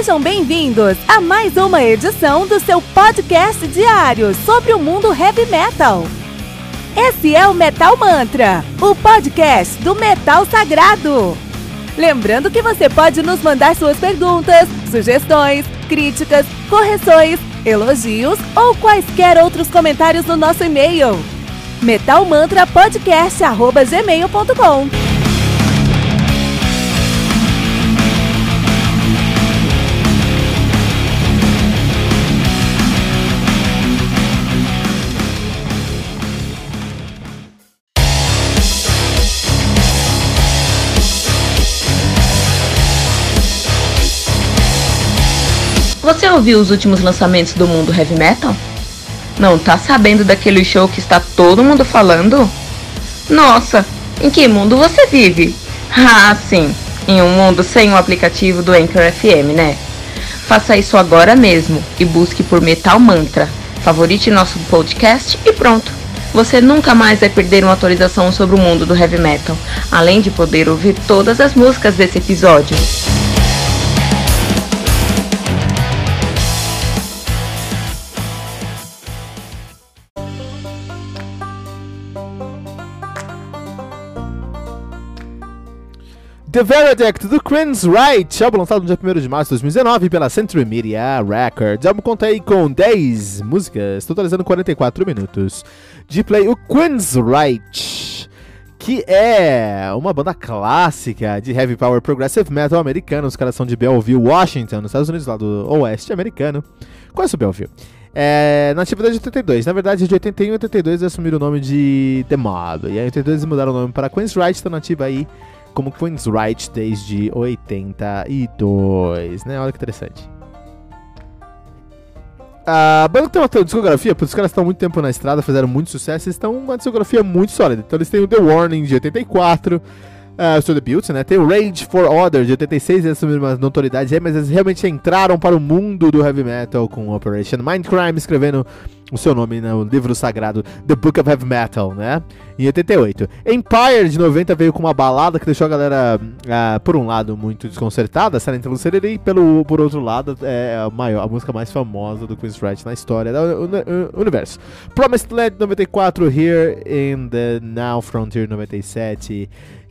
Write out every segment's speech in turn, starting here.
Sejam bem-vindos a mais uma edição do seu podcast diário sobre o mundo heavy metal. Esse é o Metal Mantra, o podcast do metal sagrado. Lembrando que você pode nos mandar suas perguntas, sugestões, críticas, correções, elogios ou quaisquer outros comentários no nosso e-mail metalmantrapodcast@gmail.com. Você ouviu os últimos lançamentos do mundo heavy metal? Não tá sabendo daquele show que está todo mundo falando? Nossa, em que mundo você vive? Ah, sim, em um mundo sem o aplicativo do Anchor FM, né? Faça isso agora mesmo e busque por Metal Mantra. Favorite nosso podcast e pronto. Você nunca mais vai perder uma atualização sobre o mundo do heavy metal, além de poder ouvir todas as músicas desse episódio. The Verdict do Queensryche, álbum lançado no dia 1º de março de 2019 pela Century Media Records. O álbum conta aí com 10 músicas, totalizando 44 minutos de play. O Queensryche, que é uma banda clássica de heavy power progressive metal americano. Os caras são de Belleville, Washington, nos Estados Unidos, lá do oeste americano. Conhece o Belleville? Na atividade de 82, na verdade de 81 e 82 eles assumiram o nome de The Mob. E aí em 82 eles mudaram o nome para Queensryche, estão na ativa aí como Queensryche desde 82, né? Olha que interessante. A banda tem uma discografia, porque os caras estão há muito tempo na estrada, fizeram muito sucesso, eles estão uma discografia muito sólida. Então eles têm o The Warning de 84, o seu debut, né? Tem o Rage for Order de 86, eles assumiram uma notoriedade aí, mas eles realmente entraram para o mundo do heavy metal com Operation Mindcrime, escrevendo o seu nome no livro sagrado The Book of Heavy Metal, né? Em 88. Empire, de 90, veio com uma balada que deixou a galera, por um lado, muito desconcertada, Silent Lucidity, e por outro lado, é a música mais famosa do Queensryche na história do universo. Promised Land, 94, Here in the Now Frontier, 97,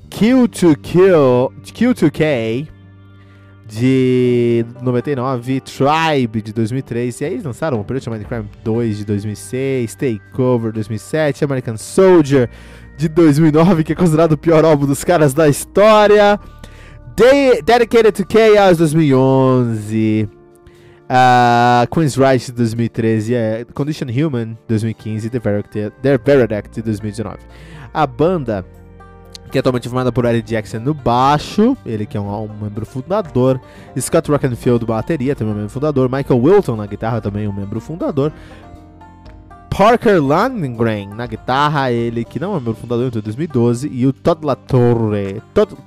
Q2K, de 99, Tribe de 2003, e aí eles lançaram Operation Mindcrime 2 de 2006, Takeover 2007, American Soldier de 2009, que é considerado o pior álbum dos caras da história, Dedicated to Chaos 2011, Queensryche de 2013, Condition Human 2015 e The Verdict de 2019. A banda, que é atualmente formada por Eddie Jackson no baixo, ele que é um membro fundador, Scott Rockenfield na bateria, também um membro fundador, Michael Wilton na guitarra, também um membro fundador, Parker Landgren na guitarra, ele que não é membro fundador, em 2012, e o Todd La Torre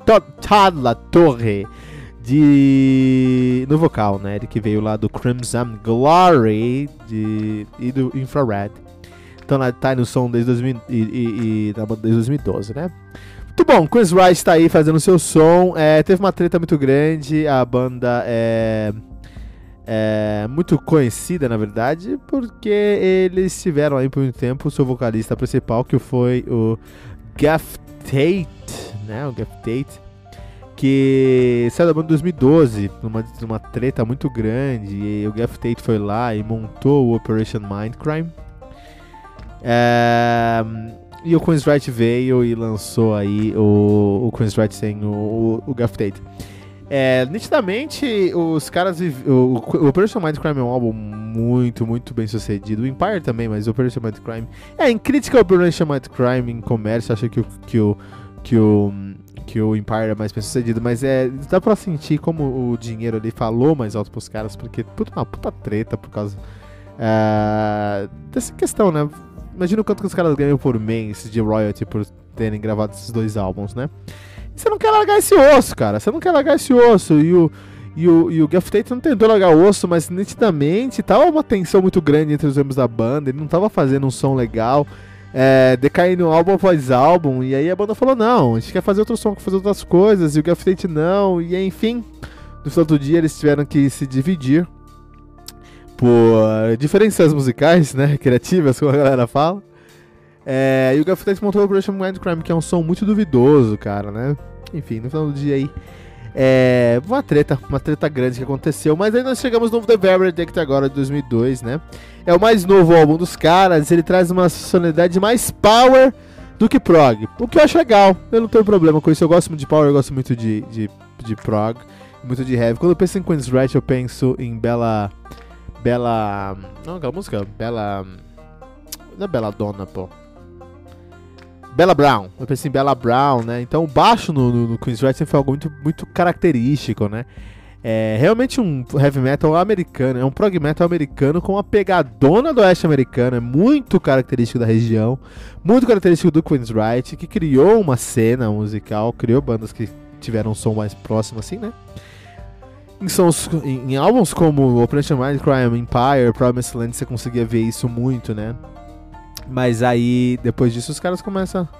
no vocal, né, ele que veio lá do Crimson Glory e do Infrared. Então tá aí no som desde 2012, né? Muito bom, Queensryche tá aí fazendo seu som, teve uma treta muito grande, a banda é muito conhecida, na verdade, porque eles tiveram aí por muito tempo o seu vocalista principal, que foi o Geoff Tate, né, o Geoff Tate, que saiu da banda em 2012, numa treta muito grande, e o Geoff Tate foi lá e montou o Operation Mindcrime. E o Queensryche veio e lançou aí o Queensryche sem o Geoff Tate. Nitidamente, os caras... O Operation Mindcrime é um álbum muito, muito bem sucedido. O Empire também, mas o Operation Mindcrime... em crítica ao Operation Mindcrime em comércio, acho que o Empire é mais bem sucedido, mas dá pra sentir como o dinheiro ali falou mais alto pros caras, porque uma puta treta por causa dessa questão, né? Imagina o quanto que os caras ganham por mês de royalty por terem gravado esses dois álbuns, né? E você não quer largar esse osso, cara. Você não quer largar esse osso. E o Geoff Tate não tentou largar o osso, mas nitidamente tava uma tensão muito grande entre os membros da banda. Ele não tava fazendo um som legal. Decaindo álbum após álbum. E aí a banda falou, não, a gente quer fazer outro som, quer fazer outras coisas. E o Geoff Tate não. E enfim, No final do dia eles tiveram que se dividir por diferenças musicais, né, criativas, como a galera fala. E o Gaffney montou o Operation Mindcrime, que é um som muito duvidoso, cara, né? Enfim, no final do dia aí, uma treta grande que aconteceu. Mas aí nós chegamos no The Verdict agora, de 2002, né? É o mais novo álbum dos caras, ele traz uma sonoridade mais power do que prog, o que eu acho legal, eu não tenho problema com isso. Eu gosto muito de power, eu gosto muito de prog, muito de heavy. Quando eu penso em Queen's Right, eu penso em Bella... Não, aquela música? Não é Bella Donna, pô. Bella Brown. Eu pensei em Bella Brown, né? Então o baixo no Queen's Right foi algo muito, muito característico, né? É realmente um heavy metal americano, é um prog metal americano com uma pegadona do oeste americano, é muito característico da região, muito característico do Queen's Right, que criou uma cena musical, criou bandas que tiveram um som mais próximo assim, né? Em álbuns como Operation Mindcrime, Empire, Promised Land, você conseguia ver isso muito, né? Mas aí, depois disso, os caras começaram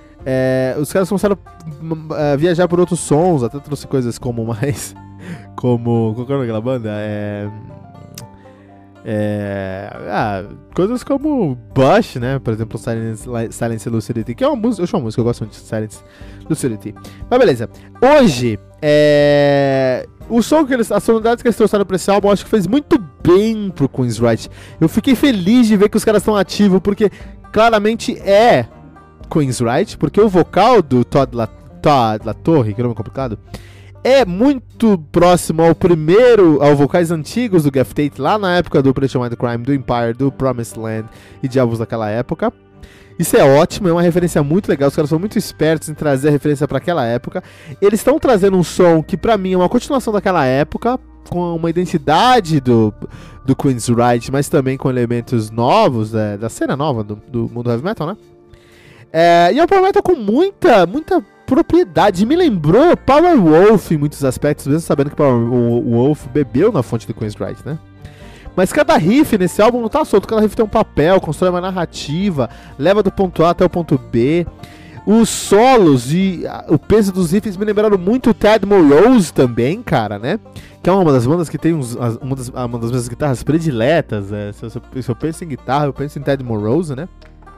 a viajar por outros sons, até trouxe coisas como mais... Como... Qual que é aquela banda? Coisas como Bush, né? Por exemplo, Silence Lucidity, que é uma música... Eu chamo música, eu gosto muito de Silence Lucidity. Mas beleza. Hoje, o som as sonoridades que eles trouxeram pra esse álbum, eu acho que fez muito bem pro Queen's Right. Eu fiquei feliz de ver que os caras estão ativos, porque claramente é Queen's Right, porque o vocal do Todd LaTorre, que nome complicado, é muito próximo ao vocais antigos do Geoff Tate, lá na época do Operation Mindcrime, do Empire, do Promised Land e de álbuns daquela época. Isso é ótimo, é uma referência muito legal, os caras são muito espertos em trazer a referência para aquela época. Eles estão trazendo um som que pra mim é uma continuação daquela época, com uma identidade do Queen's Right, mas também com elementos novos, da cena nova do mundo heavy metal, né? E é um power metal com muita propriedade, me lembrou Powerwolf em muitos aspectos, mesmo sabendo que Powerwolf bebeu na fonte do Queen's Right, né? Mas cada riff nesse álbum não tá solto, cada riff tem um papel, constrói uma narrativa, leva do ponto A até o ponto B. Os solos e o peso dos riffs me lembraram muito o Ted Morose também, cara, né? Que é uma das bandas que tem uma das minhas guitarras prediletas. Se eu penso em guitarra, eu penso em Ted Morose, né?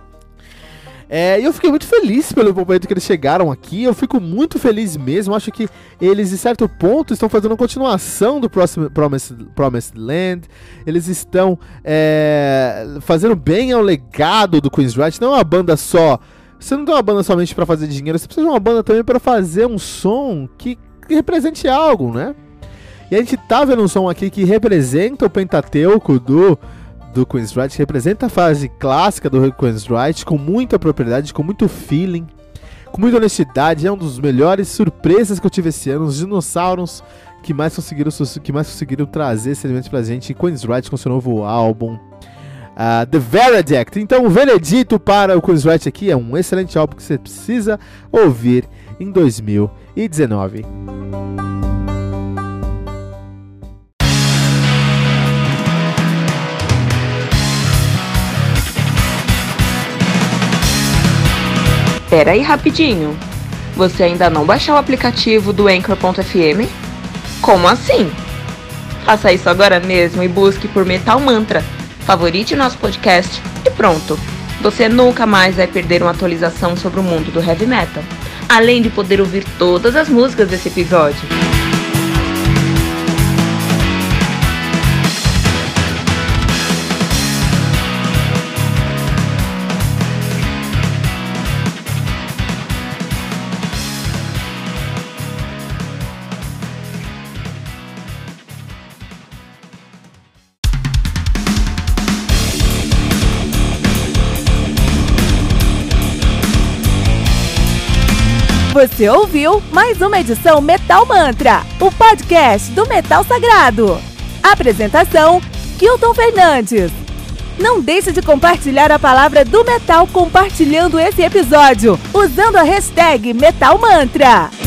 E eu fiquei muito feliz pelo momento que eles chegaram aqui. Eu fico muito feliz mesmo. Acho que eles, em certo ponto, estão fazendo uma continuação do Promised Land. Eles estão fazendo bem ao legado do Queen's Right. Não é uma banda só. Você não tem uma banda somente pra fazer dinheiro. Você precisa de uma banda também pra fazer um som que represente algo, né? E a gente tá vendo um som aqui que representa o Pentateuco do Queen's Right, representa a fase clássica do Queen's Right, com muita propriedade, com muito feeling, com muita honestidade. É um dos melhores surpresas que eu tive esse ano. Os dinossauros que mais conseguiram trazer esse elemento pra gente. Queen's Right com seu novo álbum, The Verdict. Então o veredito para o Queen's Right aqui é um excelente álbum que você precisa ouvir em 2019. Pera aí rapidinho, você ainda não baixou o aplicativo do Anchor.fm? Como assim? Faça isso agora mesmo e busque por Metal Mantra, favorite o nosso podcast e pronto. Você nunca mais vai perder uma atualização sobre o mundo do heavy metal, além de poder ouvir todas as músicas desse episódio. Você ouviu mais uma edição Metal Mantra, o podcast do Metal Sagrado. Apresentação, Kilton Fernandes. Não deixe de compartilhar a palavra do metal compartilhando esse episódio, usando a hashtag Metal Mantra.